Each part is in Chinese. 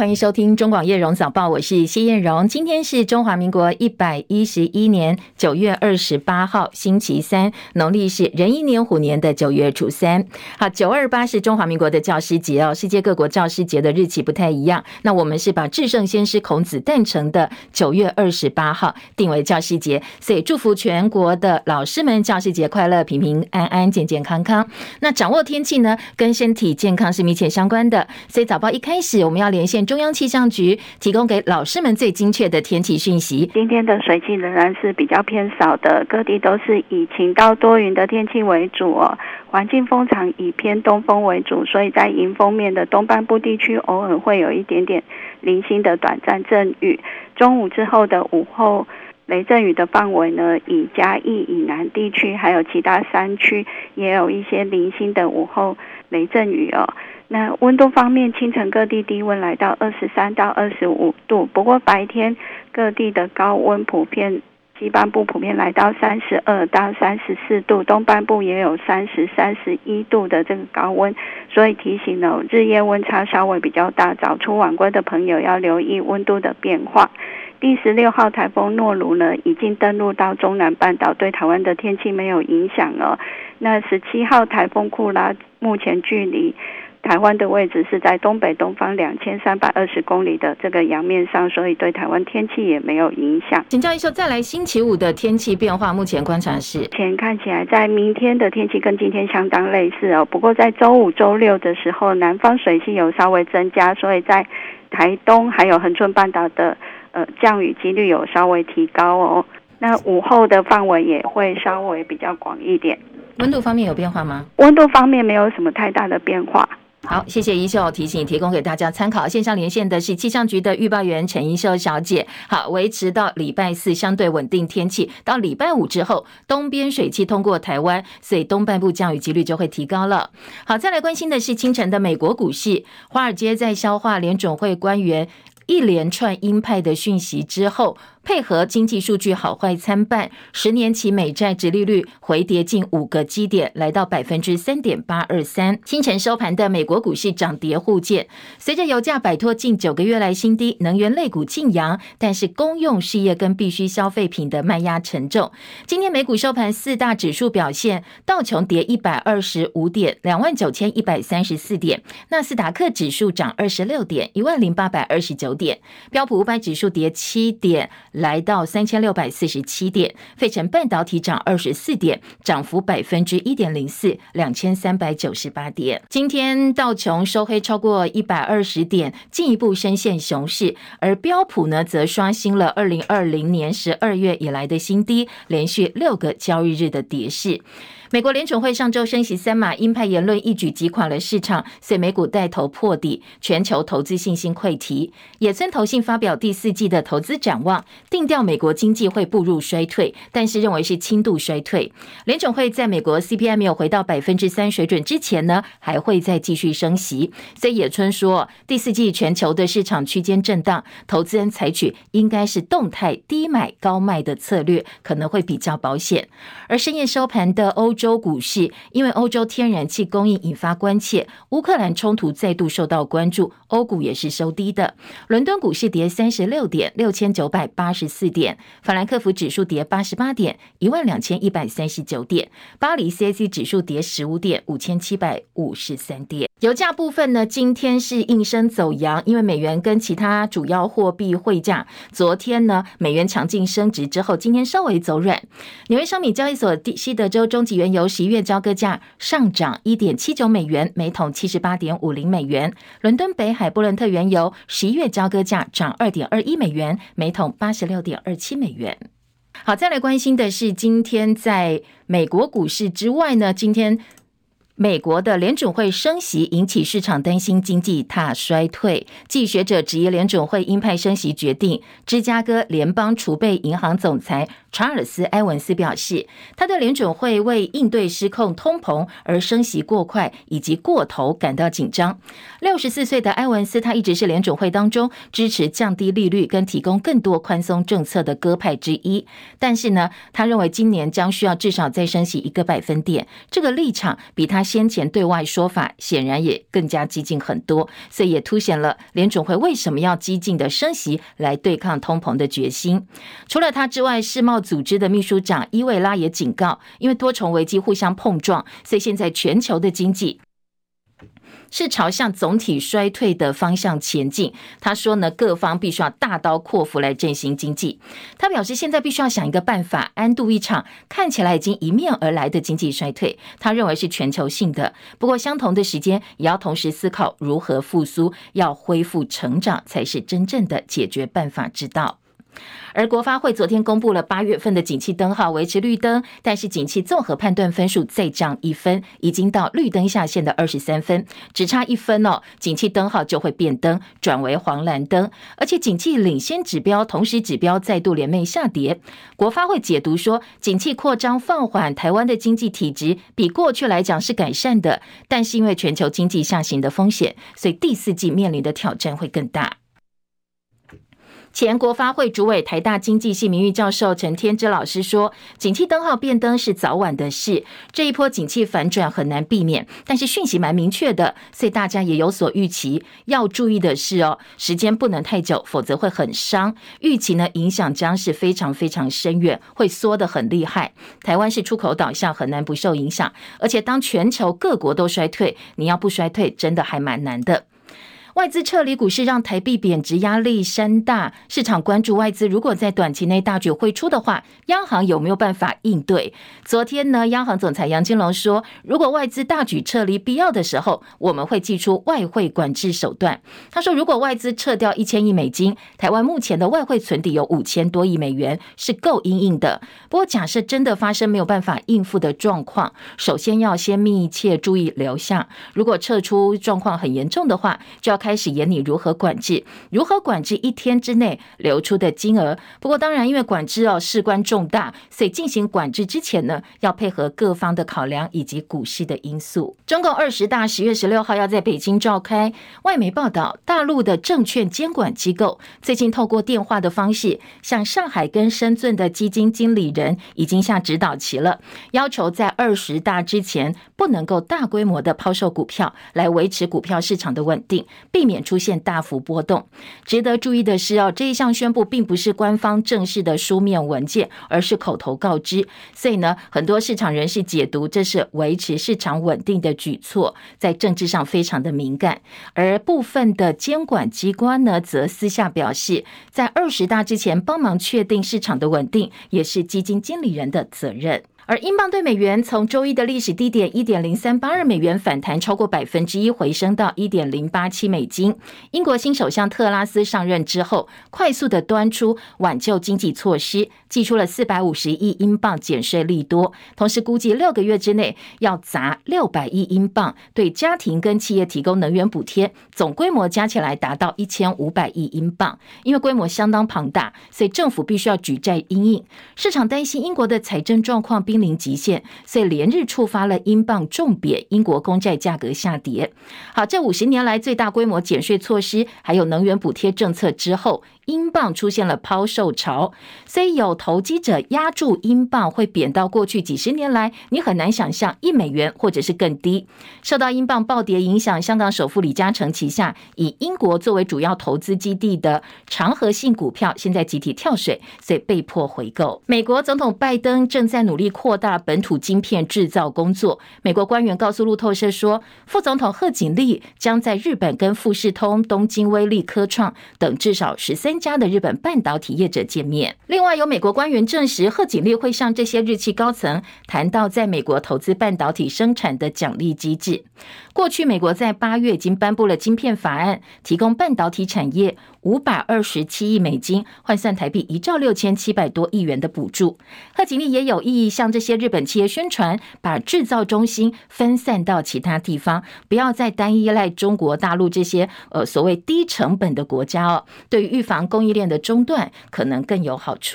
欢迎收听中广叶荣早报，我是谢燕荣。今天是中华民国111年9月28号星期三，农历是壬寅年虎年的9月初三。好，928是中华民国的教师节哦，世界各国教师节的日期不太一样，那我们是把至圣先师孔子诞辰的9月28号定为教师节，所以祝福全国的老师们教师节快乐，平平安安，健健康康。那掌握天气呢，跟身体健康是密切相关的，所以早报一开始我们要连线中央气象局，提供给老师们最精确的天气讯息。 今天的水汽仍然是比较偏少的，各地都是以晴到多云的天气为主哦。环境风场以偏东风为主，所以在迎风面的东半部地区偶尔会有一点点零星的短暂阵雨。中午之后的午后雷阵雨的范围呢，以嘉义以南地区还有其他山区也有一些零星的午后雷阵雨哦。那温度方面，清晨各地低温来到23到25度，不过白天各地的高温普遍，西半部普遍来到32到34度，东半部也有30、31度的这个高温，所以提醒呢，日夜温差稍微比较大，早出晚归的朋友要留意温度的变化。第16号台风诺鲁呢，已经登陆到中南半岛，对台湾的天气没有影响哦。那17号台风库拉目前距离台湾的位置是在东北东方2320公里的这个洋面上，所以对台湾天气也没有影响。 请教一下，再来星期五的天气变化，目前观察是？ 前看起来在明天的天气跟今天相当类似哦，不过在周五、周六的时候，南方水汽有稍微增加，所以在台东还有恒春半岛的降雨几率有稍微提高哦。那午后的范围也会稍微比较广一点。 温度方面有变化吗？ 温度方面没有什么太大的变化。 好，谢谢一秀提醒，提供给大家参考。线上连线的是气象局的预报员陈一秀小姐。好，维持到礼拜四相对稳定天气，到礼拜五之后，东边水汽通过台湾，所以东半部降雨几率就会提高了。好，再来关心的是清晨的美国股市，华尔街在消化联准会官员一连串鹰派的讯息之后，配合经济数据好坏参半，10年期美债殖利率回跌近5个基点，来到 3.823%。清晨收盘的美国股市涨跌互见，随着油价摆脱近9个月来新低，能源类股劲扬，但是公用事业跟必需消费品的卖压沉重。今天美股收盘4大指数表现，道琼跌125点，29,134点；纳斯达克指数涨26点，10,829点；标普500指数跌7点，来到3647点，费城半导体涨24点，涨幅 1.04%， 2398点。今天道琼收黑超过120点，进一步深陷熊市，而标普呢则刷新了2020年12月以来的新低，连续6个交易日的跌势。美国联准会上周升息3码，鹰派言论一举击垮了市场，所以美股带头破底，全球投资信心溃堤。野村投信发表第4季的投资展望，定调美国经济会步入衰退，但是认为是轻度衰退。联准会在美国 CPI 没有回到 3% 水准之前呢，还会再继续升息。所以野村说，第4季全球的市场区间震荡，投资人采取应该是动态低买高卖的策略，可能会比较保险。而深夜收盘的欧洲股市，因为欧洲天然气供应引发关切，乌克兰冲突再度受到关注，欧股也是收低的。伦敦股市跌36点，6984点；法兰克福指数跌88点，12139点；巴黎 CAC 指数跌15点，5753点。油价部分呢，今天是应声走阳，因为美元跟其他主要货币汇价，昨天呢美元强劲升值之后，今天稍微走软。纽约商品交易所西德州中级原油11月交割价上涨 1.79 美元，每桶 78.50 美元；伦敦北海布伦特原油11月交割价涨 2.21 美元，每桶 86.27 美元。好，再来关心的是今天在美国股市之外呢，今天美国的联准会升息引起市场担心经济踏衰退，继学者质疑联准会鹰派升息决定。芝加哥联邦储备银行总裁查尔斯·埃文斯表示，他对联准会为应对失控通膨而升息过快以及过头感到紧张。64岁的埃文斯，他一直是联准会当中支持降低利率跟提供更多宽松政策的鸽派之一，但是呢，他认为今年将需要至少再升息1个百分点，这个立场比他他先前对外说法显然也更加激进很多，所以也凸显了联准会为什么要激进的升息来对抗通膨的决心。除了他之外，世贸组织的秘书长伊维拉也警告，因为多重危机互相碰撞，所以现在全球的经济是朝向总体衰退的方向前进。他说呢，各方必须要大刀阔斧来振兴经济。他表示，现在必须要想一个办法，安度一场看起来已经迎面而来的经济衰退。他认为是全球性的，不过相同的时间也要同时思考如何复苏，要恢复成长才是真正的解决办法之道。而国发会昨天公布了8月份的景气灯号维持绿灯，但是景气综合判断分数再降1分，已经到绿灯下限的23分，只差1分哦，景气灯号就会变灯，转为黄蓝灯，而且景气领先指标、同时指标再度连袂下跌。国发会解读说，景气扩张放缓，台湾的经济体质比过去来讲是改善的，但是因为全球经济下行的风险，所以第4季面临的挑战会更大。前国发会主委台大经济系名誉教授陈天之老师说，景气灯号变灯是早晚的事，这一波景气反转很难避免，但是讯息蛮明确的，所以大家也有所预期。要注意的是时间不能太久，否则会很伤。预期呢，影响将是非常非常深远，会缩得很厉害。台湾是出口导向，很难不受影响，而且当全球各国都衰退，你要不衰退真的还蛮难的。外资撤离股市让台币贬值压力山大，市场关注外资如果在短期内大举汇出的话，央行有没有办法应对？昨天呢，央行总裁杨金龙说，如果外资大举撤离必要的时候，我们会祭出外汇管制手段。他说，如果外资撤掉1000亿美金，台湾目前的外汇存底有5000多亿美元，是够因应的。不过假设真的发生没有办法应付的状况，首先要先密切注意流向，如果撤出状况很严重的话，就要开始研拟如何管制1天之内流出的金额。不过当然因为管制事关重大，所以进行管制之前呢，要配合各方的考量以及股市的因素。中共20大10月16号要在北京召开，外媒报道，大陆的证券监管机构最近透过电话的方式，向上海跟深圳的基金经理人已经下指导棋了，要求在20大之前不能够大规模的抛售股票，来维持股票市场的稳定，避免出现大幅波动。值得注意的是这一项宣布并不是官方正式的书面文件，而是口头告知，所以呢，很多市场人士解读这是维持市场稳定的举措，在政治上非常的敏感。而部分的监管机关呢，则私下表示，在20大之前帮忙确定市场的稳定，也是基金经理人的责任。而英镑对美元从周一的历史低点 1.0382 美元反弹超过 1%， 回升到 1.087 美金。英国新首相特拉斯上任之后，快速的端出挽救经济措施，祭出了450亿英镑减税利多，同时估计6个月之内要砸600亿英镑，对家庭跟企业提供能源补贴，总规模加起来达到1500亿英镑。因为规模相当庞大，所以政府必须要举债因应。市场担心英国的财政状况濒临极限，所以连日触发了英镑重贬，英国公债价格下跌。好，这50年来最大规模减税措施还有能源补贴政策之后，英镑出现了抛售潮，所以有投机者压住英镑会贬到过去几十年来你很难想象1美元或者是更低。受到英镑暴跌影响，香港首富李嘉诚旗下以英国作为主要投资基地的长和信股票现在集体跳水，所以被迫回购。美国总统拜登正在努力扩大本土晶片制造工作。美国官员告诉路透社说，副总统贺锦丽将在日本跟富士通、东京威力科创等至少13家的日本半导体业者见面。另外有美国官员证实，贺锦丽会向这些日企高层谈到在美国投资半导体生产的奖励机制。过去美国在8月已经颁布了晶片法案，提供半导体产业527亿美金，换算台币1兆6700多亿元的补助。贺锦丽也有意义向这些日本企业宣传，把制造中心分散到其他地方，不要再单依赖中国大陆这些所谓低成本的国家对于预防供应链的中断可能更有好处。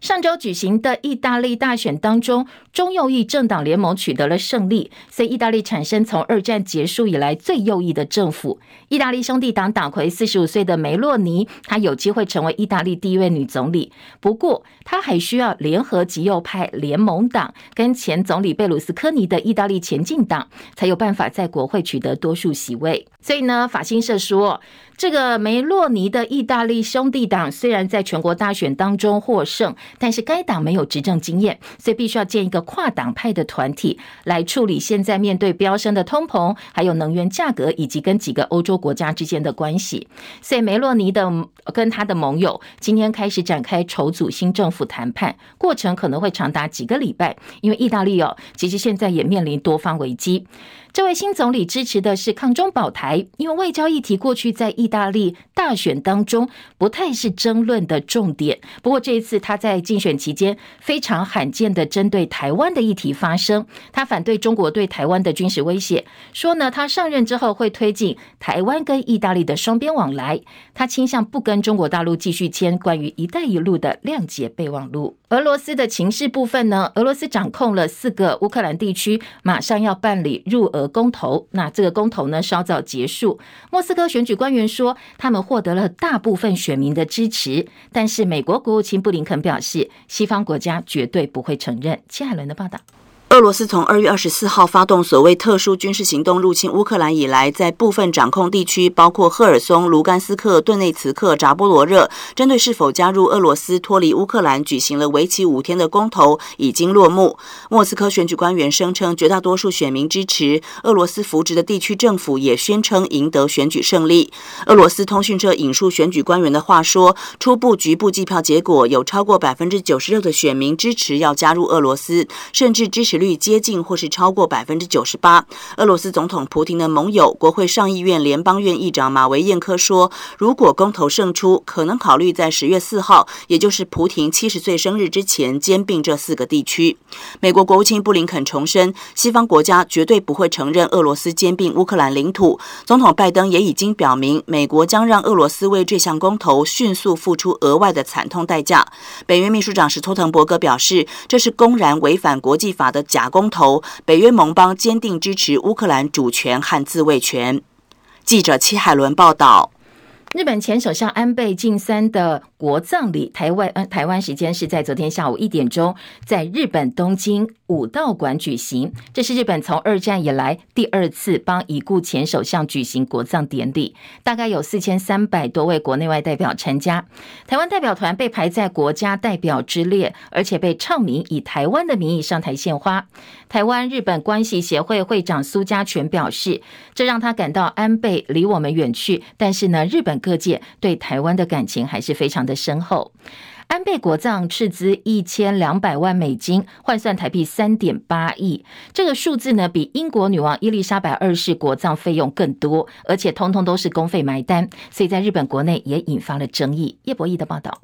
上周举行的意大利大选当中，中右翼政党联盟取得了胜利，所以意大利产生从二战结束以来最右翼的政府。意大利兄弟党党魁45岁的梅洛尼，她有机会成为意大利第一位女总理，不过她还需要联合极右派联盟党跟前总理贝鲁斯科尼的意大利前进党，才有办法在国会取得多数席位。所以呢，法新社说，这个梅洛尼的意大利兄弟党虽然在全国大选当中获胜，但是该党没有执政经验，所以必须要建一个跨党派的团体来处理现在面对飙升的通膨，还有能源价格，以及跟几个欧洲国家之间的关系。所以梅洛尼的跟他的盟友今天开始展开筹组新政府谈判，过程可能会长达几个礼拜，因为意大利其实现在也面临多方危机。这位新总理支持的是抗中保台，因为外交议题过去在意大利大选当中不太是争论的重点，不过这一次他在竞选期间非常罕见的针对台湾的议题发声，他反对中国对台湾的军事威胁，说呢他上任之后会推进台湾跟意大利的双边往来，他倾向不跟中国大陆继续签关于一带一路的谅解备忘录。俄罗斯的情势部分呢，俄罗斯掌控了4个乌克兰地区，马上要办理入俄公投，那这个公投呢稍早结束。莫斯科选举官员说，他们获得了大部分选民的支持，但是美国国务卿布林肯表示，西方国家绝对不会承认。戚海伦的报道。 俄罗斯从2月24号发动所谓特殊军事行动入侵乌克兰以来，在部分掌控地区，包括赫尔松、卢甘斯克、顿内茨克、扎波罗热，针对是否加入俄罗斯脱离乌克兰举行了为期5天的公投已经落幕。莫斯科选举官员声称绝大多数选民支持，俄罗斯扶植的地区政府也宣称赢得选举胜利。俄罗斯通讯社引述选举官员的话说，初步局部计票结果有超过 96% 的选民支持要加入俄罗斯，甚至支持率接近或是超过 98%。 俄罗斯总统普廷的盟友国会上议院联邦院议长马维彦科说，如果公投胜出，可能考虑在10月4号，也就是普廷70岁生日之前兼并这4个地区。美国国务卿布林肯重申，西方国家绝对不会承认俄罗斯兼并乌克兰领土。总统拜登也已经表明，美国将让俄罗斯为这项公投迅速付出额外的惨痛代价。北约秘书长史托滕伯格表示，这是公然违反国际法的假公投，北约盟邦坚定支持乌克兰主权和自卫权。记者戚海伦报道。 日本前首相安倍晋三的国葬礼，台湾时间是在昨天下午1点钟，在日本东京武道馆举行。这是日本从2战以来第2次帮已故前首相举行国葬典礼，大概有4300多位国内外代表参加。台湾代表团被排在国家代表之列，而且被唱名以台湾的名义上台献花。台湾日本关系协会会长苏家全表示，这让他感到安倍离我们远去，但是呢，日本各界对台湾的感情还是非常的深厚。安倍国葬斥资1200万美金，换算台币3.8亿，这个数字呢比英国女王伊丽莎白2世国葬费用更多，而且通通都是公费埋单，所以在日本国内也引发了争议。叶博弈的报道。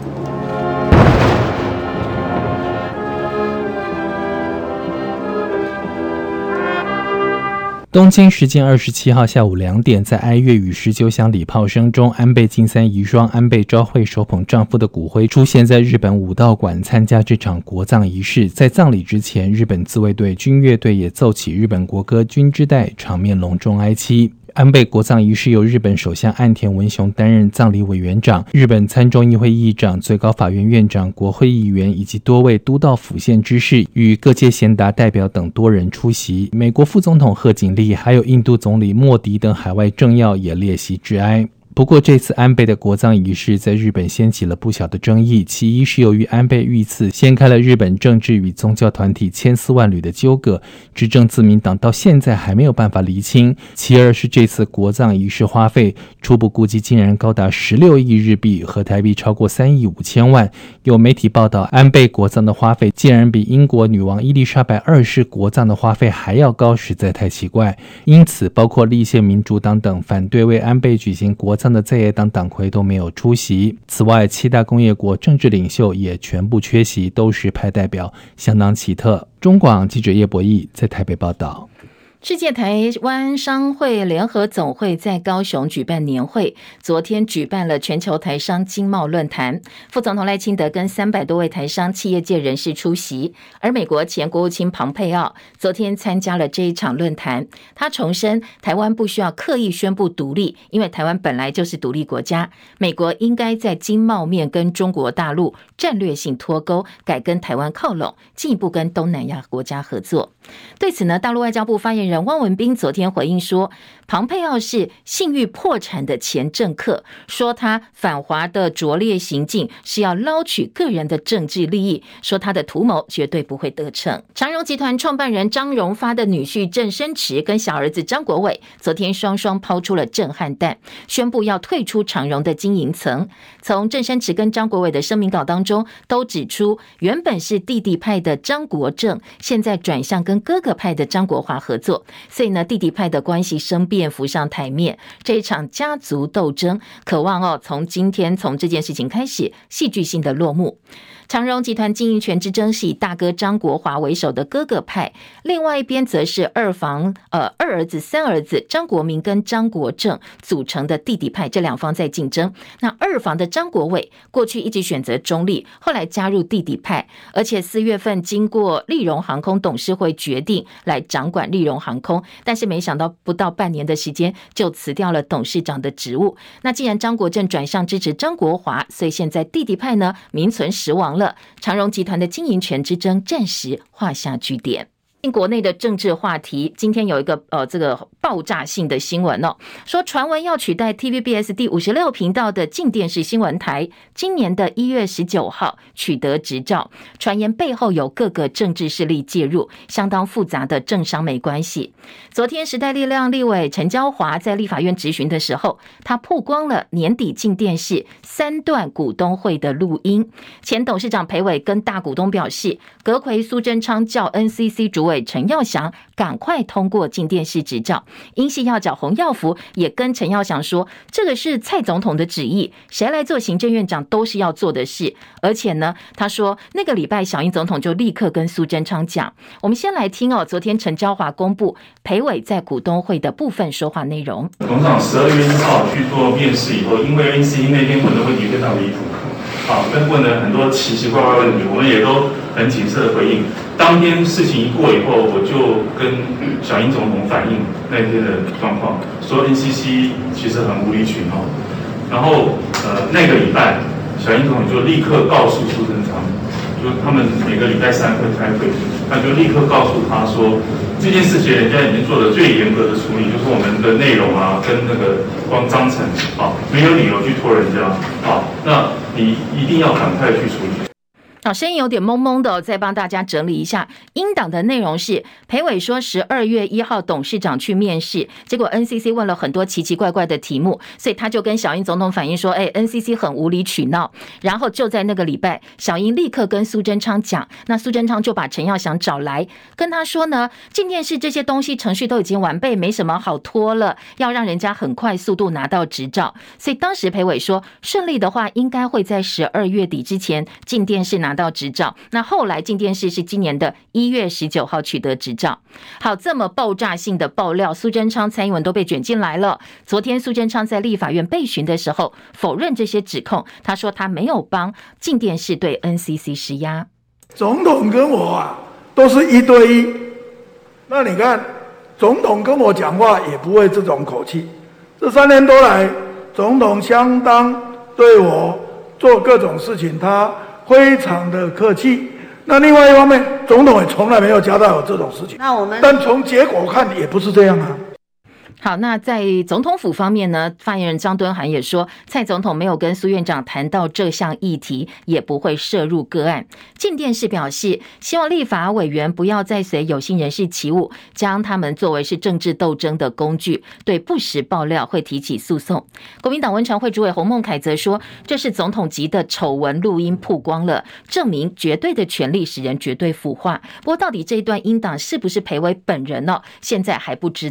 东京时间27号下午2点，在哀乐与19响礼炮声中，安倍晋三遗孀安倍昭惠手捧丈夫的骨灰出现在日本武道馆参加这场国葬仪式。在葬礼之前，日本自卫队军乐队也奏起日本国歌《军之代》，场面隆重哀戚。安倍国葬仪式由日本首相岸田文雄担任葬礼委员长，日本参众议会议长、最高法院院长、国会议员以及多位都道府县知事与各界贤达代表等多人出席。美国副总统贺锦丽还有印度总理莫迪等海外政要也列席致哀。不过这次安倍的国葬仪式在日本掀起了不小的争议，其一是由于安倍遇刺掀开了日本政治与宗教团体千丝万缕的纠葛，执政自民党到现在还没有办法厘清；其二是这次国葬仪式花费初步估计竟然高达16亿日币，和台币超过3亿5千万。有媒体报道，安倍国葬的花费竟然比英国女王伊丽莎白2世国葬的花费还要高，实在太奇怪。因此包括立宪民主党等反对为安倍举行国葬的在野党党魁都没有出席。此外7大工业国政治领袖也全部缺席，都是派代表，相当奇特。中广记者叶博弈在台北报道。 世界台湾商会联合总会在高雄举办年会，昨天举办了全球台商经贸论坛，副总统赖清德跟300多位台商企业界人士出席，而美国前国务卿庞佩奥昨天参加了这一场论坛，他重申台湾不需要刻意宣布独立，因为台湾本来就是独立国家，美国应该在经贸面跟中国大陆战略性脱钩，改跟台湾靠拢，进一步跟东南亚国家合作。对此呢，大陆外交部发言人汪文斌昨天回应说，庞佩奥是信誉破产的前政客，说他反华的拙劣行径是要捞取个人的政治利益，说他的图谋绝对不会得逞。长荣集团创办人张荣发的女婿郑生池跟小儿子张国伟昨天双双抛出了震撼弹，宣布要退出长荣的经营层。从郑生池跟张国伟的声明稿当中都指出，原本是弟弟派的张国正现在转向跟哥哥派的张国华合作，所以呢，弟弟派的关系生变浮上台面。这一场家族斗争渴望从今天从这件事情开始戏剧性的落幕。长荣集团经营权之争是以大哥张国华为首的哥哥派，另外一边则是二儿子三儿子张国民跟张国正组成的弟弟派，这两方在竞争。那二房的张国伟过去一直选择中立，后来加入弟弟派，而且4月份经过立荣航空董事会决定来掌管立荣航空，但是没想到不到半年的时间就辞掉了董事长的职务。那既然张国正转向支持张国华，所以现在弟弟派呢名存实亡了，长荣集团的经营权之争暂时画下句点。国内的政治话题，今天有一个这个爆炸性的新闻说传闻要取代 TVBS 第56频道的静电视新闻台，今年的1月19号取得执照，传言背后有各个政治势力介入，相当复杂的政商美关系。昨天时代力量立委陈椒华在立法院质询的时候，他曝光了年底静电视3段股东会的录音，前董事长裴伟跟大股东表示，阁揆苏贞昌叫 NCC 主委陈耀祥赶快通过静电视执照，英系要角洪耀福也跟陈耀祥说，这个是蔡总统的旨意，谁来做行政院长都是要做的事。而且呢，他说那个礼拜小英总统就立刻跟苏贞昌讲。我们先来听昨天陈椒华公布裴伟在股东会的部分说话内容。 董事长12月1号去做面试以后，因为 NCC 那天问的问题非常离谱，跟问了很多奇奇怪怪问题，我们也都很谨慎的回应。当天事情一过以后，我就跟小英总统反映那天的状况，说 NCC 其实很无理取闹。然后那个礼拜，小英总统就立刻告诉苏贞昌，就他们每个礼拜3会开会，他就立刻告诉他说，这件事情人家已经做了最严格的处理，就是我们的内容跟那个光章程没有理由去拖人家那你一定要赶快去处理。 声音有点懵懵的，再帮大家整理一下。英档的内容是裴伟说12月1号董事长去面试，结果 NCC 问了很多奇奇怪怪的题目，所以他就跟小英总统反映说NCC 很无理取闹。然后就在那个礼拜，小英立刻跟苏贞昌讲，那苏贞昌就把陈耀祥找来，跟他说呢，静电视这些东西程序都已经完备，没什么好拖了，要让人家很快速度拿到执照。所以当时裴伟说，顺利的话应该会在12月底之前静电视拿到执照，那后来静电视是今年的1月19号取得执照。好，这么爆炸性的爆料，苏贞昌、蔡英文都被卷进来了。昨天苏贞昌在立法院备询的时候否认这些指控，他说他没有帮静电视对 NCC 施压。 总统跟我都是1对1，那你看总统跟我讲话也不会这种口气。这3年多来，总统相当对我做各种事情，他非常的客气。那另外一方面，总统也从来没有交代我这种事情。但从结果看，也不是这样啊。 好，那在总统府方面呢，发言人张敦涵也说，蔡总统没有跟苏院长谈到这项议题，也不会涉入个案。静电视表示，希望立法委员不要再随有心人士起舞，将他们作为是政治斗争的工具，对不实爆料会提起诉讼。国民党文传会主委洪孟凯则说，这是总统级的丑闻录音曝光了，证明绝对的权力使人绝对腐化。不过到底这一段音档是不是裴伟本人呢？现在还不知道。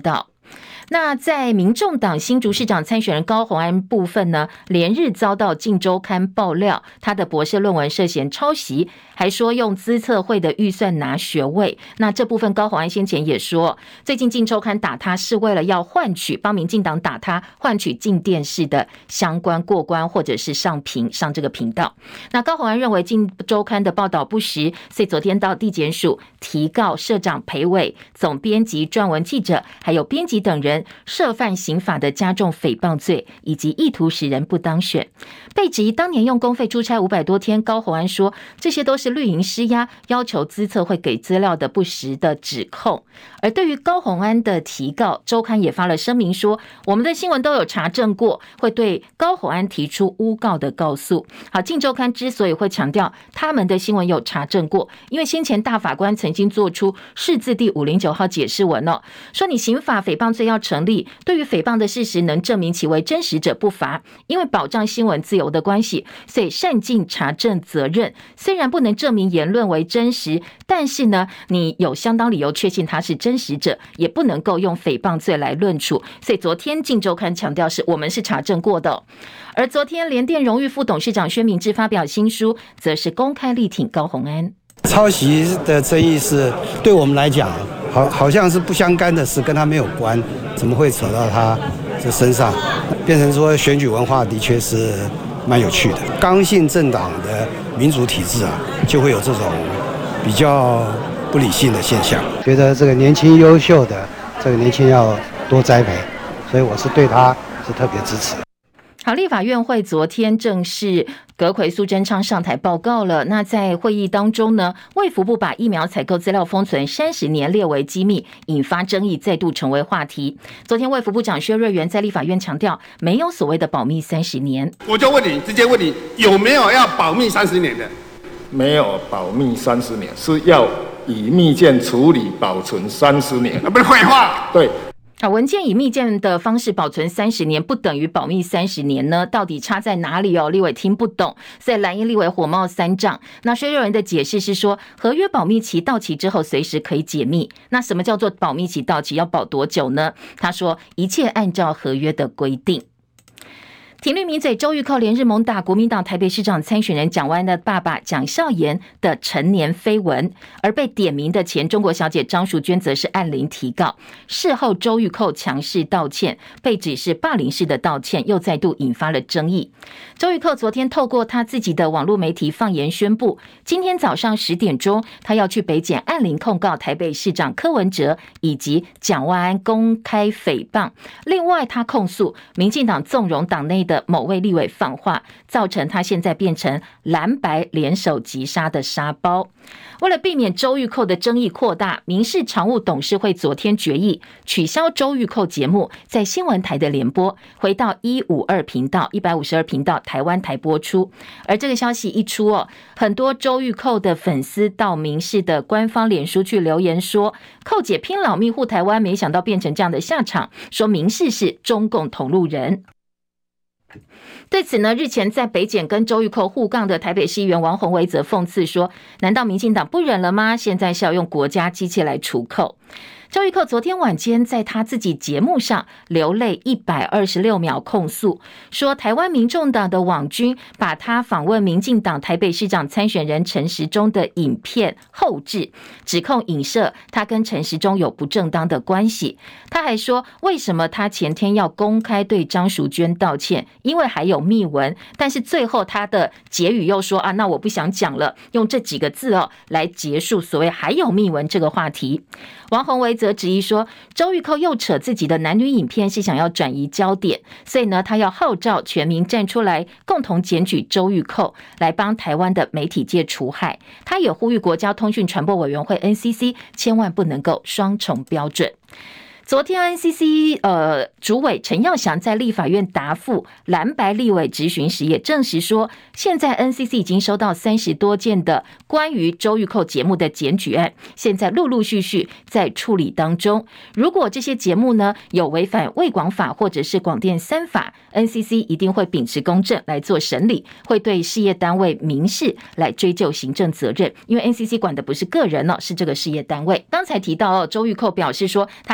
那在民众党新竹市长参选人高虹安部分呢，连日遭到《镜周刊》爆料，他的博士论文涉嫌抄袭，还说用资策会的预算拿学位。那这部分高虹安先前也说，最近《镜周刊》打他是为了要换取帮民进党打他，换取进电视的相关过关或者是上这个频道。那高虹安认为《镜周刊》的报道不实，所以昨天到地检署提告社长裴伟、总编辑、撰文记者还有编辑等人涉犯刑法的加重诽谤罪，以及意图使人不当选。被质疑当年用公费出差500多天，高虹安说这些都是绿营施压，要求资策会给资料的不实的指控。而对于高虹安的提告，周刊也发了声明说，我们的新闻都有查证过，会对高虹安提出诬告的告诉。好，镜周刊之所以会强调他们的新闻有查证过，因为先前大法官曾经做出释字第509号解释文说你刑法诽谤罪要成立，对于诽谤的事实能证明其为真实者不罚，因为保障新闻自由的关系，所以善尽查证责任。虽然不能证明言论为真实，但是呢，你有相当理由确信他是真实者，也不能够用诽谤罪来论处。所以昨天镜周刊强调是我们是查证过的。而昨天联电荣誉副董事长薛明志发表新书，则是公开力挺高虹安。 抄袭的争议是对我们来讲好像是不相干的事，跟他没有关，怎么会扯到他这身上，变成说选举文化的确是蛮有趣的。刚性政党的民主体制就会有这种比较不理性的现象。觉得这个年轻优秀的这个年轻人要多栽培，所以我是对他是特别支持。 好，立法院会昨天正式阁揆苏贞昌上台报告了。那在会议当中呢，卫福部把疫苗采购资料封存30年列为机密，引发争议，再度成为话题。昨天卫福部长薛瑞元在立法院强调，没有所谓的保密30年。 我就问你，直接问你，有没有要保密30年的？ 没有保密30年，是要以密件处理保存30年。 不是废话。 对。 好，文件以密件的方式保存30年，不等于保密30年呢？到底差在哪里立委听不懂，所以蓝营立委火冒三丈。那薛瑞元的解释是说，合约保密期到期之后，随时可以解密。那什么叫做保密期到期？要保多久呢？他说，一切按照合约的规定。挺绿名嘴周玉蔻连日猛打国民党台北市长参选人蒋万安的爸爸蒋孝严的陈年绯闻，而被点名的前中国小姐张淑娟则是按铃提告。事后周玉蔻强势道歉，被指是霸凌式的道歉，又再度引发了争议。周玉蔻昨天透过他自己的网络媒体放言宣布，今天早上10点钟，他要去北检按铃控告台北市长柯文哲以及蒋万安公开诽谤。另外，他控诉民进党纵容党内的某位立委放话，造成他现在变成蓝白联手击杀的沙包。为了避免周玉蔻的争议扩大，民视常务董事会昨天决议取消周玉蔻节目在新闻台的联播，回到152频道、152频道台湾台播出。而这个消息一出很多周玉蔻的粉丝到民视的官方脸书去留言说，蔻姐拼老命护台湾，没想到变成这样的下场，说民视是中共同路人。对此呢，日前在北检跟周玉蔻互杠的台北市议员王宏维则讽刺说，难道民进党不忍了吗？现在是要用国家机器来除蔻。周玉蔻昨天晚间在他自己节目上流泪126秒控诉，说台湾民众党的网军把他访问民进党台北市长参选人陈时中的影片后制，指控影射他跟陈时中有不正当的关系。他还说，为什么他前天要公开对张淑娟道歉，因为还有密文，但是最后他的结语又说那我不想讲了，用这几个字来结束所谓还有密文这个话题。王宏维则质疑说，周玉蔻又扯自己的男女影片是想要转移焦点，所以呢，他要号召全民站出来共同检举周玉蔻，来帮台湾的媒体界除害。他也呼吁国家通讯传播委员会 NCC 千万不能够双重标准。昨天 NCC 主委陈耀祥在立法院答复蓝白立委质询时也证实说，现在 NCC 已经收到30多件的关于周玉蔻节目的检举案，现在陆陆续续在处理当中。如果这些节目呢有违反卫广法或者是广电3法， NCC 一定会秉持公正来做审理，会对事业单位民事来追究行政责任，因为 NCC 管的不是个人是这个事业单位。刚才提到周玉蔻表示说，他今天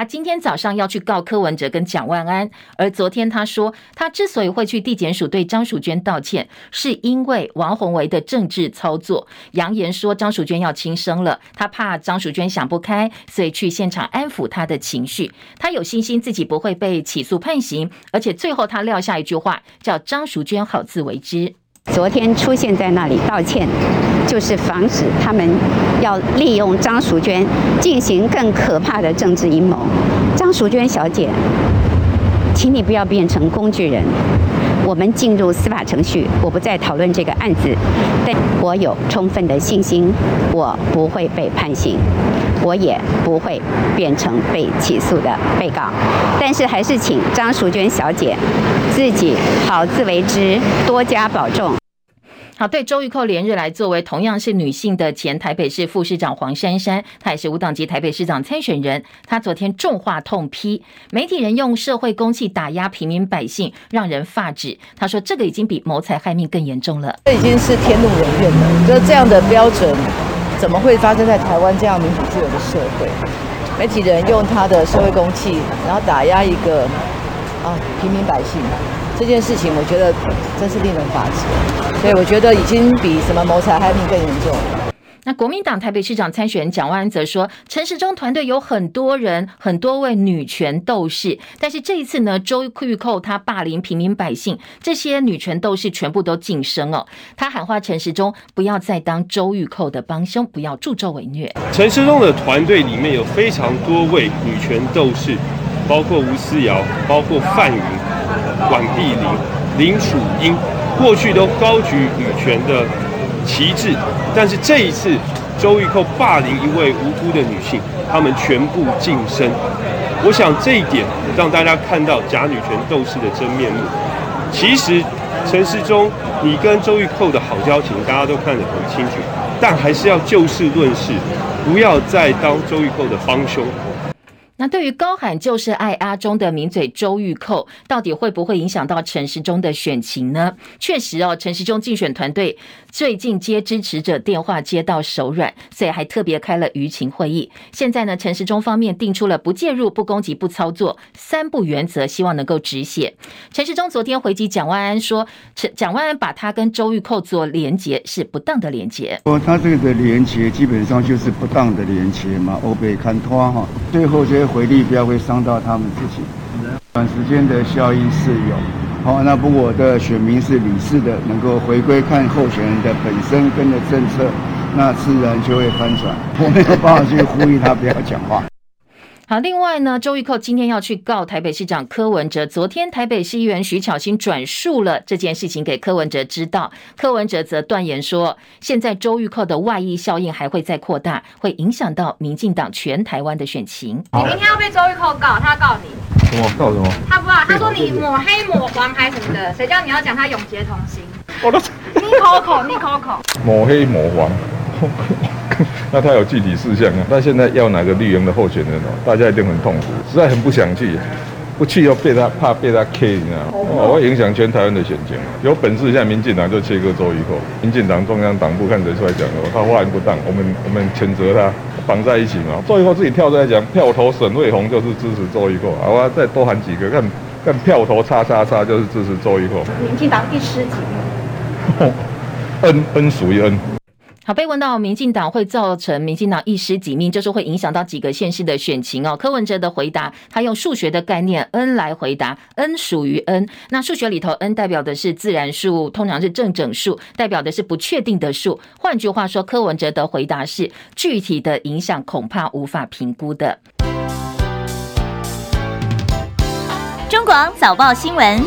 早上要去告柯文哲跟蒋万安，而昨天他说，他之所以会去地检署对张淑娟道歉，是因为王宏维的政治操作，扬言说张淑娟要轻生了，他怕张淑娟想不开，所以去现场安抚她的情绪。他有信心自己不会被起诉判刑，而且最后他撂下一句话，叫张淑娟好自为之。 昨天出现在那里道歉，就是防止他们要利用张淑娟进行更可怕的政治阴谋。张淑娟小姐，请你不要变成工具人。我们进入司法程序，我不再讨论这个案子，但我有充分的信心，我不会被判刑，我也不会变成被起诉的被告。但是还是请张淑娟小姐自己好自为之，多加保重。 好，对周玉蔻连日来作为同样是女性的前台北市副市长黄珊珊，她也是无党籍台北市长参选人，她昨天重话痛批媒体人用社会公器打压平民百姓，让人发指。她说这个已经比谋财害命更严重了， 这已经是天怒人怨了。就这样的标准怎么会发生在台湾这样民主自由的社会？媒体人用他的社会公器然后打压一个平民百姓，这件事情我觉得真是令人发指，所以我觉得已经比什么谋财害命更严重了。 那国民党台北市长参选人蒋万安则说，陈时中团队有很多人，很多位女权斗士，但是这一次呢，周玉蔻他霸凌平民百姓，这些女权斗士全部都晋升哦。他喊话陈时中不要再当周玉蔻的帮凶，不要助纣为虐。 陈时中的团队里面有非常多位女权斗士，包括吴思瑶，包括范云、管碧玲、林楚英，过去都高举女权的旗帜，但是这一次周玉蔻霸凌一位无辜的女性，他们全部晋升。我想这一点让大家看到假女权斗士的真面目。其实陈时中，你跟周玉蔻的好交情，大家都看得很清楚，但还是要就事论事，不要再当周玉蔻的帮凶。 那对于高喊就是爱阿中的名嘴周玉蔻，到底会不会影响到陈时中的选情呢？确实哦，陈时中竞选团队最近接支持者电话接到手软，所以还特别开了舆情会议。现在呢，陈时中方面定出了不介入、不攻击、不操作3不原则，希望能够止血。陈时中昨天回击蒋万安说，蒋万安把他跟周玉蔻做连结是不当的连结。 他这个的连结基本上就是不当的连结嘛，欧北看拖哈，最后这些回力不要会伤到他们自己，短时间的效应是有。好，那不过我的选民是理智的，能够回归看候选人的本身跟的政策，那自然就会翻转。我没有办法去呼吁他不要讲话。 好，另外呢，周玉蔻今天要去告台北市长柯文哲。昨天台北市议员徐巧芯转述了这件事情给柯文哲知道，柯文哲则断言说，现在周玉蔻的外溢效应还会再扩大，会影响到民进党全台湾的选情。 你明天要被周玉蔻告，他告你。 什么告什么？ 他不知道，他说你抹黑抹黄还什么的，谁叫你要讲他永结同心？你口口。 抹黑抹黄。那他有具体事项啊？他现在要哪个绿营的候选人哦？大家一定很痛苦，实在很不想去，不去又怕被他 K， 你知道吗？我会影响全台湾的选情。有本事现在民进党就切割周玉蔻，民进党中央党部看得出来讲哦，他话言不当，我们谴责他，绑在一起嘛。周玉蔻自己跳出来讲，票头沈瑞虹就是支持周玉蔻，我要再多喊几个，看票头叉就是支持周玉蔻。 民进党一失几命？恩属于恩。 好，被问到民进党会造成民进党一失几命，就是会影响到几个县市的选情哦。柯文哲的回答，他用数学的概念 n 来回答 ，n 属于 n。那数学里头 n 代表的是自然数，通常是正整数，代表的是不确定的数。换句话说，柯文哲的回答是具体的影响恐怕无法评估的。 中广早报新闻。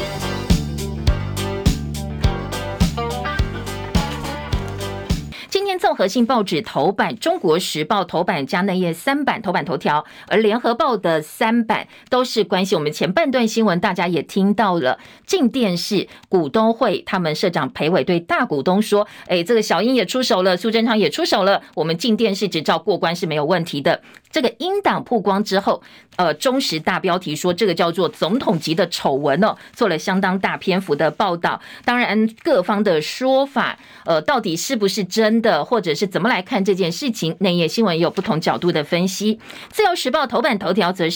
今天综合性报纸头版，《中国时报》头版加内页3版头版头条，而《联合报》的3版都是关系我们前半段新闻，大家也听到了。静电视股东会，他们社长裴伟对大股东说：“这个小英也出手了，苏贞昌也出手了，我们静电视执照过关是没有问题的。”这个英党曝光之后，中时大标题说这个叫做总统级的丑闻哦，做了相当大篇幅的报道。当然，各方的说法，到底是不是真的，或者是怎么来看这件事情，内页新闻也有不同角度的分析。自由时报头版头条则是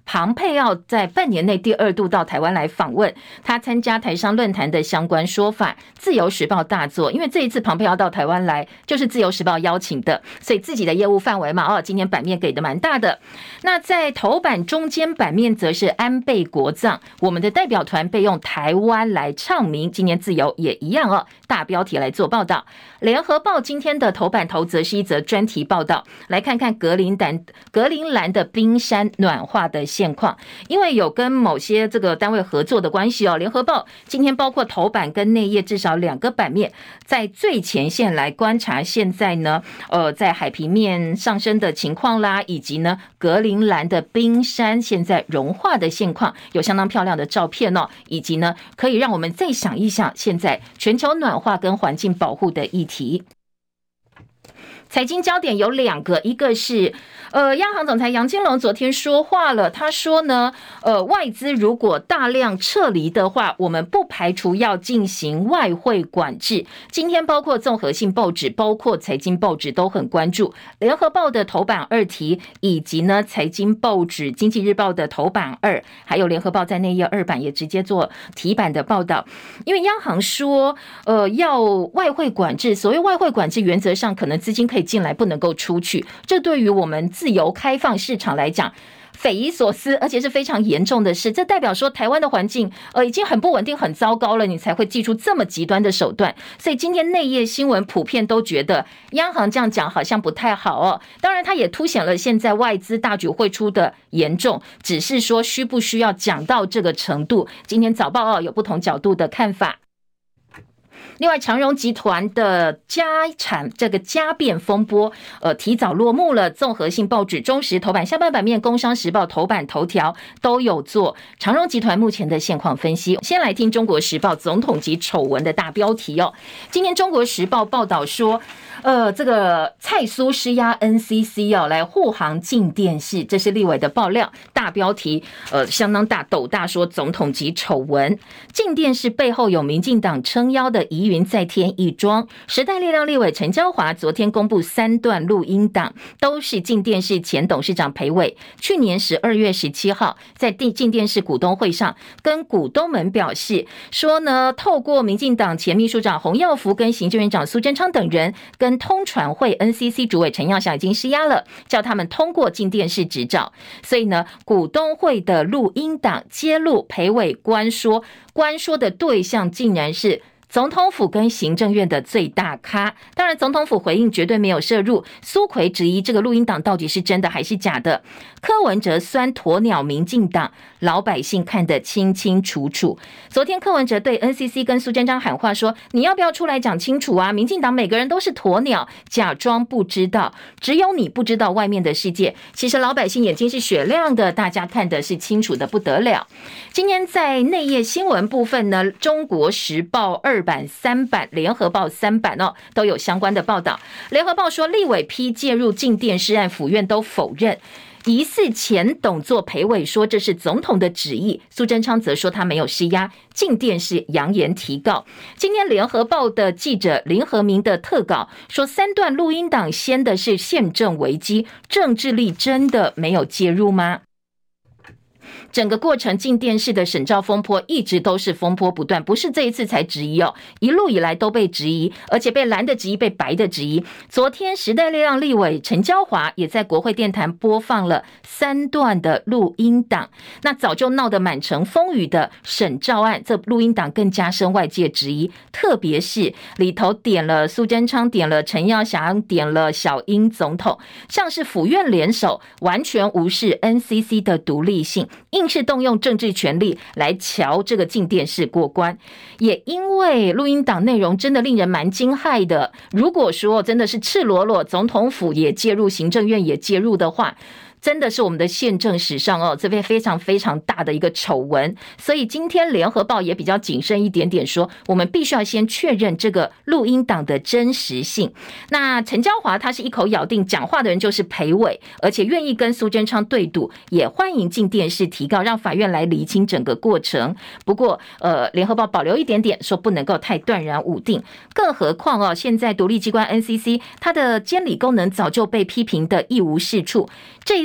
庞佩奥在半年内第2度到台湾来访问，他参加台商论坛的相关说法，自由时报大作，因为这一次庞佩奥到台湾来就是自由时报邀请的，所以自己的业务范围嘛，今天版面给的蛮大的。那在头版中间版面则是安倍国葬，我们的代表团被用台湾来唱名，今年自由也一样大标题来做报道。联合报今天的头版头则是一则专题报道，来看看格陵兰的冰山暖化的现况，因为有跟某些这个单位合作的关系联合报今天包括头版跟内页至少2个版面，在最前线来观察现在呢在海平面上升的情况啦，以及呢格陵兰的冰山现在融化的现况，有相当漂亮的照片以及呢可以让我们再想一想现在全球暖化跟环境保护的议题。财经焦点有2个，一个是央行总裁杨金龙昨天说话了，他说呢外资如果大量撤离的话，我们不排除要进行外汇管制。今天包括综合性报纸包括财经报纸都很关注，联合报的头版2题，以及呢财经报纸经济日报的头版2，还有联合报在内页2版也直接做题版的报道。因为央行说要外汇管制，所谓外汇管制原则上可能资金可以进来不能够出去，这对于我们自由开放市场来讲匪夷所思，而且是非常严重的事。这代表说台湾的环境已经很不稳定很糟糕了，你才会祭出这么极端的手段。所以今天内页新闻普遍都觉得央行这样讲好像不太好当然它也凸显了现在外资大举汇出的严重，只是说需不需要讲到这个程度，今天早报有不同角度的看法。另外，长荣集团的这个家变风波，提早落幕了。综合性报纸中时头版下半版面，工商时报头版头条都有做长荣集团目前的现况分析。先来听中国时报总统级丑闻的大标题今天中国时报报道说，这个蔡苏施压 NCC 来护航进电视，这是立委的爆料，大标题相当大斗大，说总统级丑闻，进电视背后有民进党撑腰的疑云再添一桩。时代力量立委陈椒华昨天公布3段录音档，都是进电视前董事长裴伟去年12月17号在进电视股东会上跟股东们表示说呢，透过民进党前秘书长洪耀福跟行政院长苏贞昌等人跟通传会 NCC 主委陈耀祥已经施压了，叫他们通过进电视执照。所以呢，股东会的录音档揭露裴伟关说的对象竟然是总统府跟行政院的最大咖。当然总统府回应绝对没有涉入，苏揆质疑这个录音档到底是真的还是假的，柯文哲酸鸵鸟民进党，老百姓看得清清楚楚。昨天柯文哲对 NCC 跟苏贞昌喊话说，你要不要出来讲清楚啊，民进党每个人都是鸵鸟，假装不知道，只有你不知道外面的世界，其实老百姓眼睛是雪亮的，大家看的是清楚的不得了。今天在内页新闻部分呢，中国时报2版、3版，联合报3版都有相关的报道。联合报说，立委批介入进电视案，府院都否认。疑似前董座裴伟说这是总统的旨意，苏贞昌则说他没有施压，进电视扬言提告。今天联合报的记者林和明的特稿说，3段录音档掀的是宪政危机，政治力真的没有介入吗？整个过程进电视的审照风波一直都是风波不断，不是这一次才质疑一路以来都被质疑，而且被蓝的质疑，被白的质疑。昨天时代力量立委陈椒华也在国会电坛播放了3段的录音档，那早就闹得满城风雨的审照案，这录音档更加深外界质疑，特别是里头点了苏贞昌，点了陈耀祥，点了小英总统，像是府院联手，完全无视 NCC 的独立性，硬是动用政治权力来瞧这个进电视过关。也因为录音档内容真的令人蛮惊骇的，如果说真的是赤裸裸总统府也介入，行政院也介入的话，真的是我们的宪政史上这边非常非常大的一个丑闻。所以今天联合报也比较谨慎一点点，说我们必须要先确认这个录音档的真实性。那陈椒华他是一口咬定讲话的人就是裴伟，而且愿意跟苏贞昌对赌，也欢迎进电视提告，让法院来厘清整个过程。不过联合报保留一点点，说不能够太断然武定，更何况现在独立机关 NCC 它的监理功能早就被批评的一无是处，这一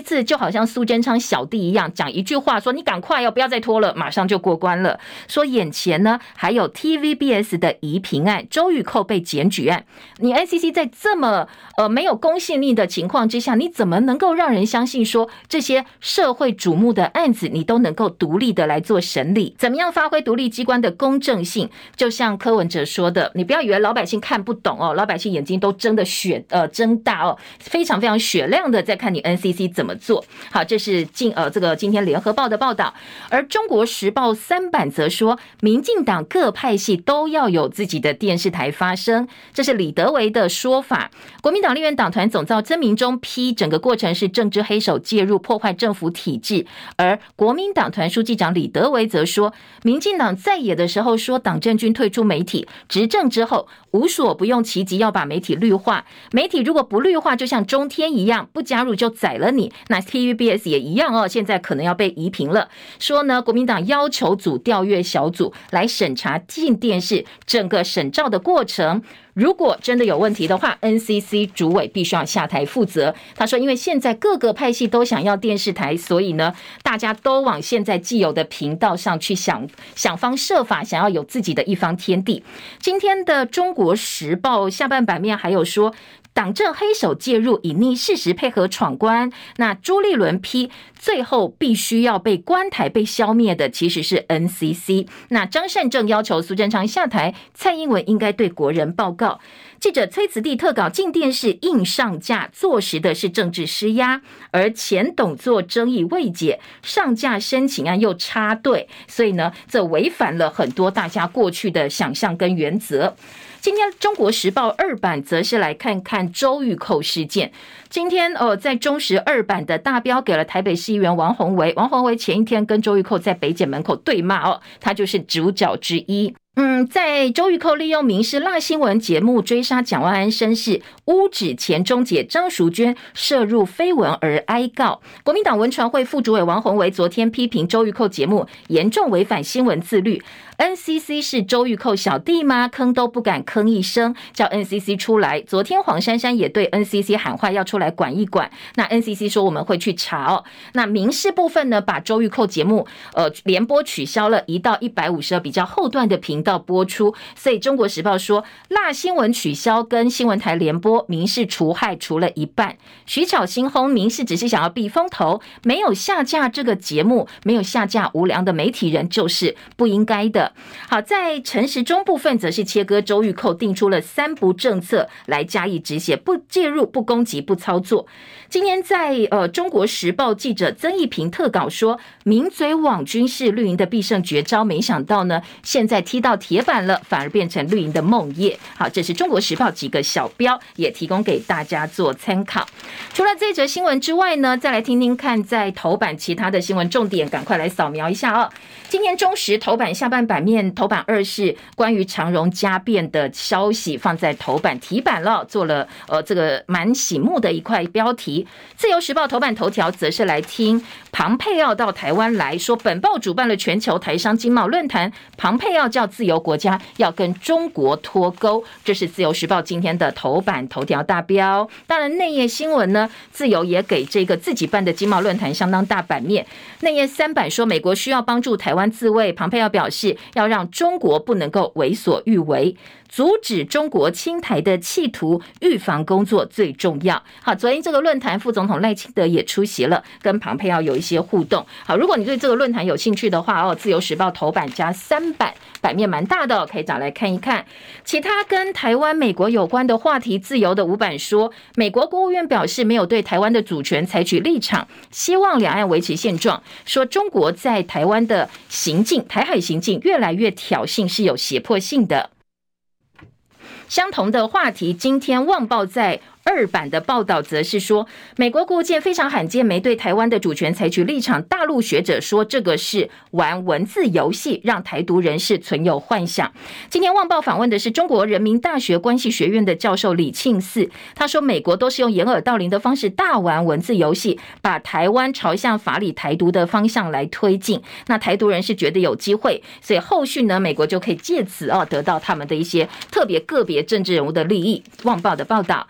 次就好像苏贞昌小弟一样，讲一句话说你赶快不要再拖了，马上就过关了。说眼前呢还有 TVBS 的移平案、周玉蔻被检举案，你 NCC 在这么没有公信力的情况之下，你怎么能够让人相信说这些社会瞩目的案子你都能够独立的来做审理？怎么样发挥独立机关的公正性？就像柯文哲说的，你不要以为老百姓看不懂老百姓眼睛都睁大非常非常雪亮的在看你 NCC 怎么做。好，这是这个今天联合报的报道。而中国时报3版则说，民进党各派系都要有自己的电视台发声，这是李德维的说法。国民党立院党团总召曾明忠批整个过程是政治黑手介入破坏政府体制，而国民党团书记长李德维则说，民进党在野的时候说党政军退出媒体，执政之后无所不用其极要把媒体绿化，媒体如果不绿化就像中天一样，不加入就宰了你。那 TVBS 也一样现在可能要被移平了。说呢，国民党要求组调阅小组来审查进电视整个审照的过程，如果真的有问题的话 NCC 主委必须要下台负责。他说因为现在各个派系都想要电视台，所以呢大家都往现在既有的频道上去想方设法想要有自己的一方天地。今天的中国时报下半版面还有说，党政黑手介入，隐匿事实，配合闯关。那朱立伦批，最后必须要被关台、被消灭的其实是 NCC。那张善政要求苏贞昌下台，蔡英文应该对国人报告。记者崔慈地特稿进电视硬上架，坐实的是政治施压，而前董座争议未解，上架申请案又插队，所以呢，这违反了很多大家过去的想象跟原则。今天中国时报2版则是来看看周玉蔻事件。今天在中时2版的大标给了台北市议员王宏维前一天跟周玉蔻在北检门口对骂他就是主角之一。在周玉蔻利用民视辣新闻节目追杀蒋万安身世，污指前中姐张淑娟涉入绯闻而哀告。国民党文传会副主委王宏维昨天批评周玉蔻节目严重违反新闻自律。NCC 是周玉蔻小弟吗？吭都不敢吭一声，叫 NCC 出来。昨天黄珊珊也对 NCC 喊话，要出来管一管。那 NCC 说我们会去查那民视部分呢，把周玉蔻节目联播取消了，移到152比较后段的频道播出。所以中国时报说，辣新闻取消跟新闻台联播，民视除害除了一半。徐巧芯轰民视只是想要避风头，没有下架这个节目，没有下架无良的媒体人就是不应该的。好，在陈时中部分则是切割周玉蔻，定出了3不政策来加以止血，不介入、不攻击、不操作。今天在中国时报记者曾义平特稿说，名嘴网军是绿营的必胜绝招，没想到呢现在踢到铁板了，反而变成绿营的梦魇。好，这是中国时报几个小标，也提供给大家做参考。除了这则新闻之外呢，再来听听看在头版其他的新闻重点，赶快来扫描一下今天中时头版下半版面，头版2是关于长荣家变的消息，放在头版题版了，做了这个蛮醒目的一块标题。自由时报头版头条则是来听庞佩奥到台湾来说，本报主办了全球台商经贸论坛，庞佩奥叫自由国家要跟中国脱钩，这是自由时报今天的头版头条大标。当然内页新闻呢，自由也给这个自己办的经贸论坛相当大版面。内页3版说，美国需要帮助台湾自卫，庞佩奥表示要让中国不能够为所欲为，阻止中国侵台的企图，预防工作最重要。好，昨天这个论坛副总统赖清德也出席了，跟庞佩奥有一些互动。好，如果你对这个论坛有兴趣的话自由时报头版加3版，版面蛮大的可以找来看一看。其他跟台湾美国有关的话题，自由的5版说，美国国务院表示没有对台湾的主权采取立场，希望两岸维持现状，说中国在台湾的行径，台海行径越来越挑衅，是有胁迫性的。相同的话题，今天旺报在2版的报道则是说，美国国务院非常罕见没对台湾的主权采取立场，大陆学者说这个是玩文字游戏，让台独人士存有幻想。今天旺报访问的是中国人民大学关系学院的教授李庆四，他说美国都是用掩耳盗铃的方式大玩文字游戏，把台湾朝向法理台独的方向来推进，那台独人士觉得有机会，所以后续呢，美国就可以借此得到他们的一些特别个别政治人物的利益。旺报的报道。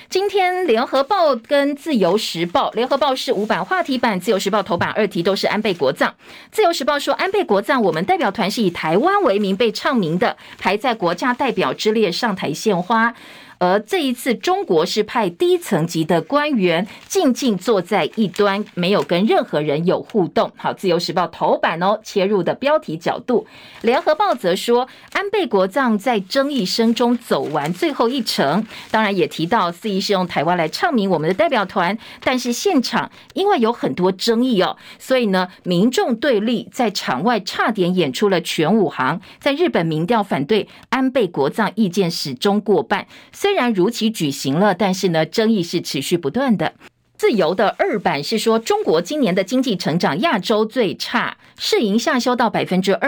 今天联合报跟自由时报，联合报是5版话题版，自由时报头版2题都是安倍国葬。自由时报说，安倍国葬我们代表团是以台湾为名被唱名的，排在国家代表之列上台献花。而这一次中国是派低层级的官员静静坐在一端，没有跟任何人有互动。好，自由时报头版切入的标题角度。联合报则说，安倍国葬在争议声中走完最后一程，当然也提到肆意是用台湾来唱名我们的代表团，但是现场因为有很多争议所以呢民众对立，在场外差点演出了全武行。在日本民调反对安倍国葬意见始终过半，虽然如期举行了，但是呢争议是持续不断的。自由的2版是说，中国今年的经济成长亚洲最差，市盈下修到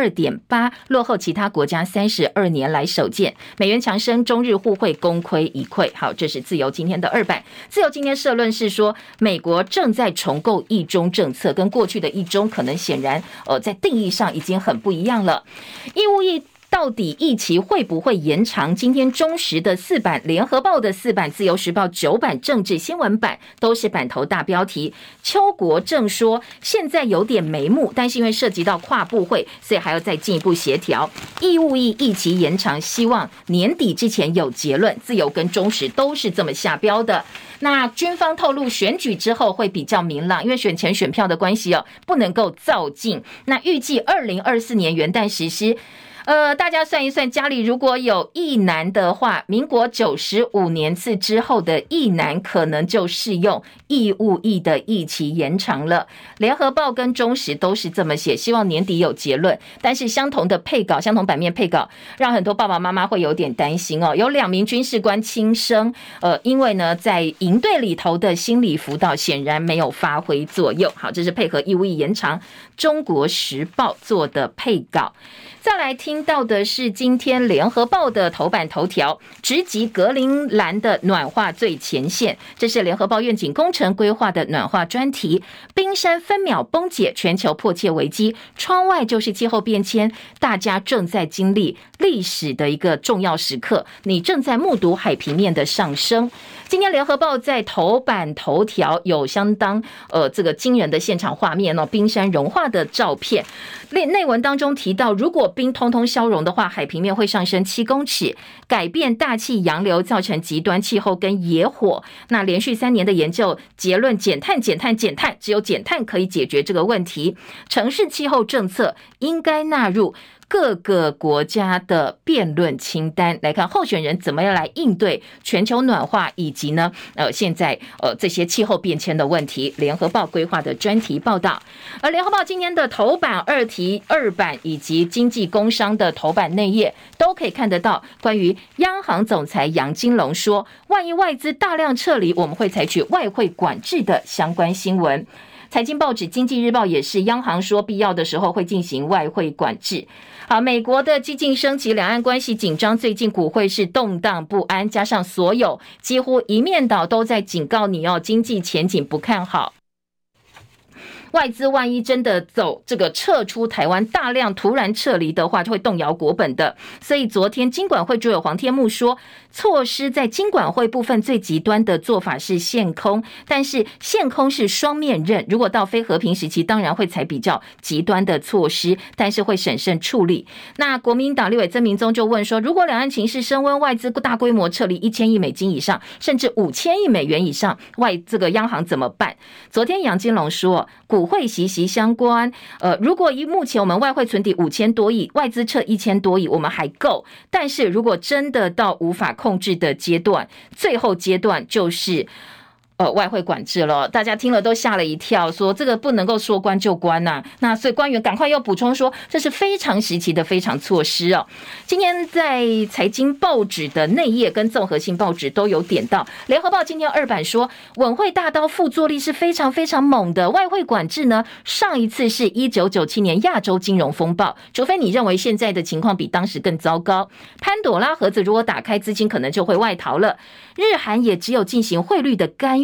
2.8%， 落后其他国家32年来首见。美元强升，中日互惠功亏一篑。好，这是自由今天的2版。自由今天社论是说，美国正在重构一中政策，跟过去的一中可能显然在定义上已经很不一样了。义务役到底疫期会不会延长？今天中时的4版、联合报的4版、自由时报9版、政治新闻版都是版头大标题。邱国正说，现在有点眉目，但是因为涉及到跨部会，所以还要再进一步协调。义务役疫期延长，希望年底之前有结论。自由跟中时都是这么下标的。那军方透露，选举之后会比较明朗，因为选前选票的关系不能够躁进。那预计2024年元旦实施。大家算一算，家里如果有役男的话，民国95年次之后的役男可能就适用义务役的役期延长了。联合报跟中时都是这么写，希望年底有结论。但是相同的配稿，相同版面配稿，让很多爸爸妈妈会有点担心有2名军事官轻生，因为呢在营队里头的心理辅导显然没有发挥作用。好，这是配合义务役延长，中国时报做的配稿。再来听到的是今天联合报的头版头条，直击格陵兰的暖化最前线。这是联合报愿景工程规划的暖化专题，冰山分秒崩解，全球迫切危机，窗外就是气候变迁，大家正在经历历史的一个重要时刻，你正在目睹海平面的上升。今天联合报在头版头条有相当这个惊人的现场画面冰山融化的照片。内文当中提到，如果冰通通消融的话，海平面会上升7公尺，改变大气洋流，造成极端气候跟野火。那连续3年的研究结论，减碳，只有减碳可以解决这个问题。城市气候政策应该纳入各个国家的辩论清单，来看候选人怎么样来应对全球暖化以及呢现在这些气候变迁的问题。联合报规划的专题报道。而联合报今天的头版2题、2版以及经济工商的头版内页都可以看得到关于央行总裁杨金龙说，万一外资大量撤离，我们会采取外汇管制的相关新闻。财经报纸经济日报也是，央行说必要的时候会进行外汇管制。好，美国的激进升级，两岸关系紧张，最近股汇是动荡不安，加上所有几乎一面倒都在警告你经济前景不看好。外资万一真的走这个撤出台湾，大量突然撤离的话，就会动摇国本的。所以昨天金管会主委黄天牧说，措施在金管会部分最极端的做法是限空，但是限空是双面刃，如果到非和平时期，当然会采比较极端的措施，但是会审慎处理。那国民党立委曾明宗就问说，如果两岸情势升温，外资大规模撤离1000亿美金以上，甚至5000亿美元以上，这个央行怎么办？昨天杨金龙说，股汇息息相关，如果以目前我们外汇存底5000多亿，外资撤1000多亿，我们还够。但是如果真的到无法控制的阶段，最后阶段就是外汇管制了。大家听了都吓了一跳，说这个不能够说关就关啊。那所以官员赶快又补充说，这是非常时期的非常措施哦。今天在财经报纸的内页跟综合性报纸都有点到，联合报今天2版说，稳汇大刀副作力是非常非常猛的。外汇管制呢，上一次是1997年亚洲金融风暴，除非你认为现在的情况比当时更糟糕。潘朵拉盒子如果打开，资金可能就会外逃了。日韩也只有进行汇率的干预，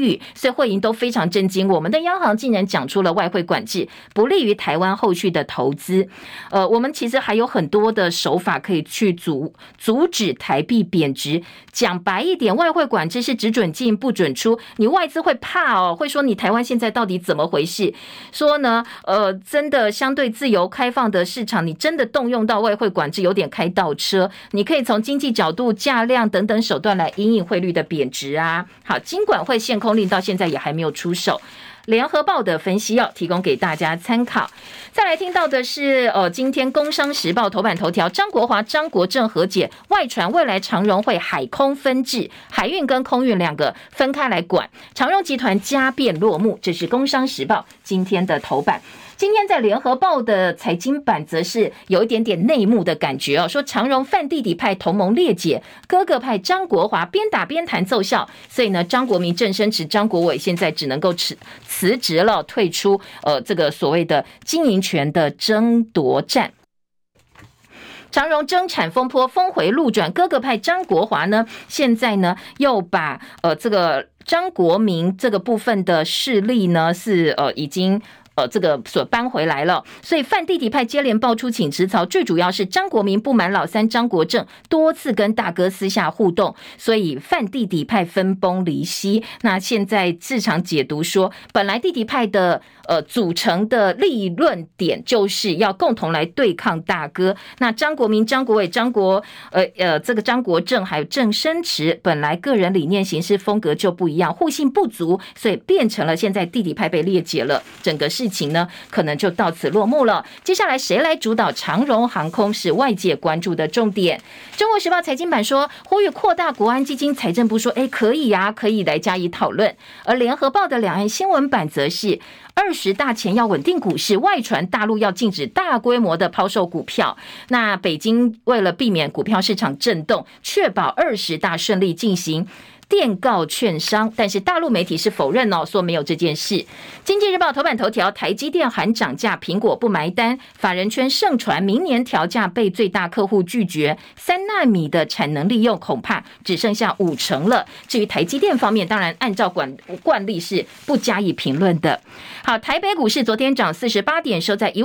语，所以慧莹都非常震惊，我们的央行竟然讲出了外汇管制不利于台湾后续的投资。我们其实还有很多的手法可以去阻止台币贬值。讲白一点，外汇管制是只准进不准出，你外资会怕哦，会说你台湾现在到底怎么回事？说呢，真的相对自由开放的市场，你真的动用到外汇管制有点开倒车。你可以从经济角度、价量等等手段来因应汇率的贬值啊。好，金管会限空令到现在也还没有出手。联合报的分析要提供给大家参考。再来听到的是今天工商时报头版头条，张国华、张国正和解，外传未来长荣会海空分治，海运跟空运两个分开来管，长荣集团家变落幕。这是工商时报今天的头版。今天在联合报的财经版则是有一点点内幕的感觉哦，说长荣泛弟弟派同盟裂解，哥哥派张国华边打边谈奏效，所以呢，张国民正声斥张国伟现在只能够辞职了，退出这个所谓的经营权的争夺战。长荣增产风波峰回路转，哥哥派张国华呢，现在呢又把这个张国民这个部分的势力呢是已经这个所搬回来了，所以泛弟弟派接连爆出请辞潮，最主要是张国民不满老三张国正多次跟大哥私下互动，所以泛弟弟派分崩离析。那现在市场解读说，本来弟弟派的组成的立论点就是要共同来对抗大哥。那张国民、张国伟、这个张国正还有郑生池，本来个人理念、行事风格就不一样，互信不足，所以变成了现在弟弟派被裂解了，整个事情呢可能就到此落幕了。接下来谁来主导长荣航空是外界关注的重点。中国时报财经版说，呼吁扩大国安基金，财政部说可以啊，可以来加以讨论。而联合报的两岸新闻版则是20大前要稳定股市，外传大陆要禁止大规模的抛售股票。那北京为了避免股票市场震动，确保20大顺利进行，电告券商，但是大陆媒体是否认说没有这件事。经济日报头版头条，台积电喊涨价，苹果不埋单，法人圈盛传明年调价被最大客户拒绝，3奈米的产能利用恐怕只剩下50%了。至于台积电方面，当然按照惯例是不加以评论的。好，台北股市昨天涨48点，收在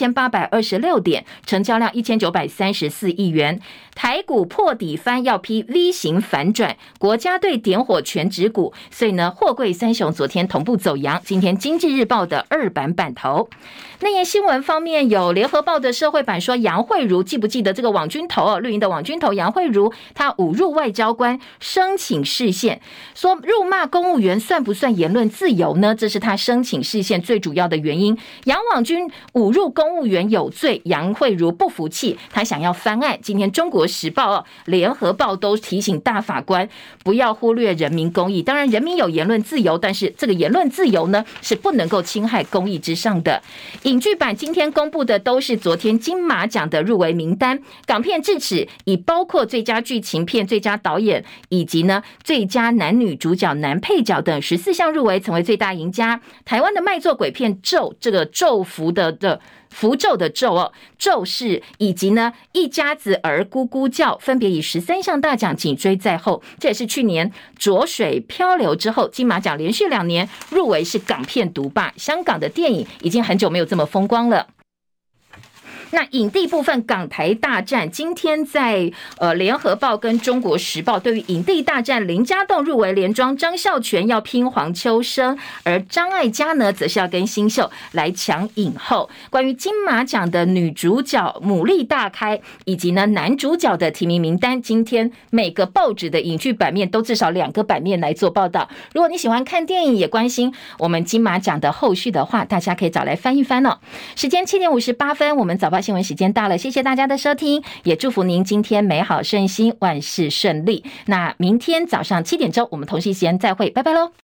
13826点，成交量1934亿元。台股破底翻，要批 V 型反转，国家队点火全指股，所以呢，货柜三雄昨天同步走阳。今天经济日报的2版版头。内页新闻方面，有联合报的社会版说，杨慧如记不记得这个网军头绿营的网军头杨慧如，他侮辱外交官，申请释宪，说辱骂公务员算不算言论自由呢？这是他申请释宪最主要的原因。杨网军侮辱公务员有罪，杨慧如不服气，他想要翻案。今天中国时报、联合报都提醒大法官不要忽略人民公益。当然，人民有言论自由，但是这个言论自由呢，是不能够侵害公益之上的。影剧版今天公布的都是昨天金马奖的入围名单，港片智齿以包括最佳剧情片、最佳导演以及呢最佳男女主角、男配角等14项入围，成为最大赢家。台湾的卖座鬼片咒，这个咒符的符咒的咒咒是以及呢一家子儿咕咕叫，分别以13项大奖紧追在后。这也是去年浊水漂流之后，金马奖连续2年入围是港片独霸，香港的电影已经很久没有这么风光了。那影帝部分港台大战，今天在联合报跟中国时报对于影帝大战，林家栋入围连庄，张孝全要拼黄秋生，而张艾嘉呢则是要跟新秀来抢影后。关于金马奖的女主角牡蛎大开，以及呢男主角的提名名单，今天每个报纸的影剧版面都至少2个版面来做报道。如果你喜欢看电影，也关心我们金马奖的后续的话，大家可以找来翻一翻哦。时间7点58分，我们早报新闻时间到了，谢谢大家的收听，也祝福您今天美好顺心，万事顺利。那明天早上7点钟，我们同时时间再会，拜拜喽。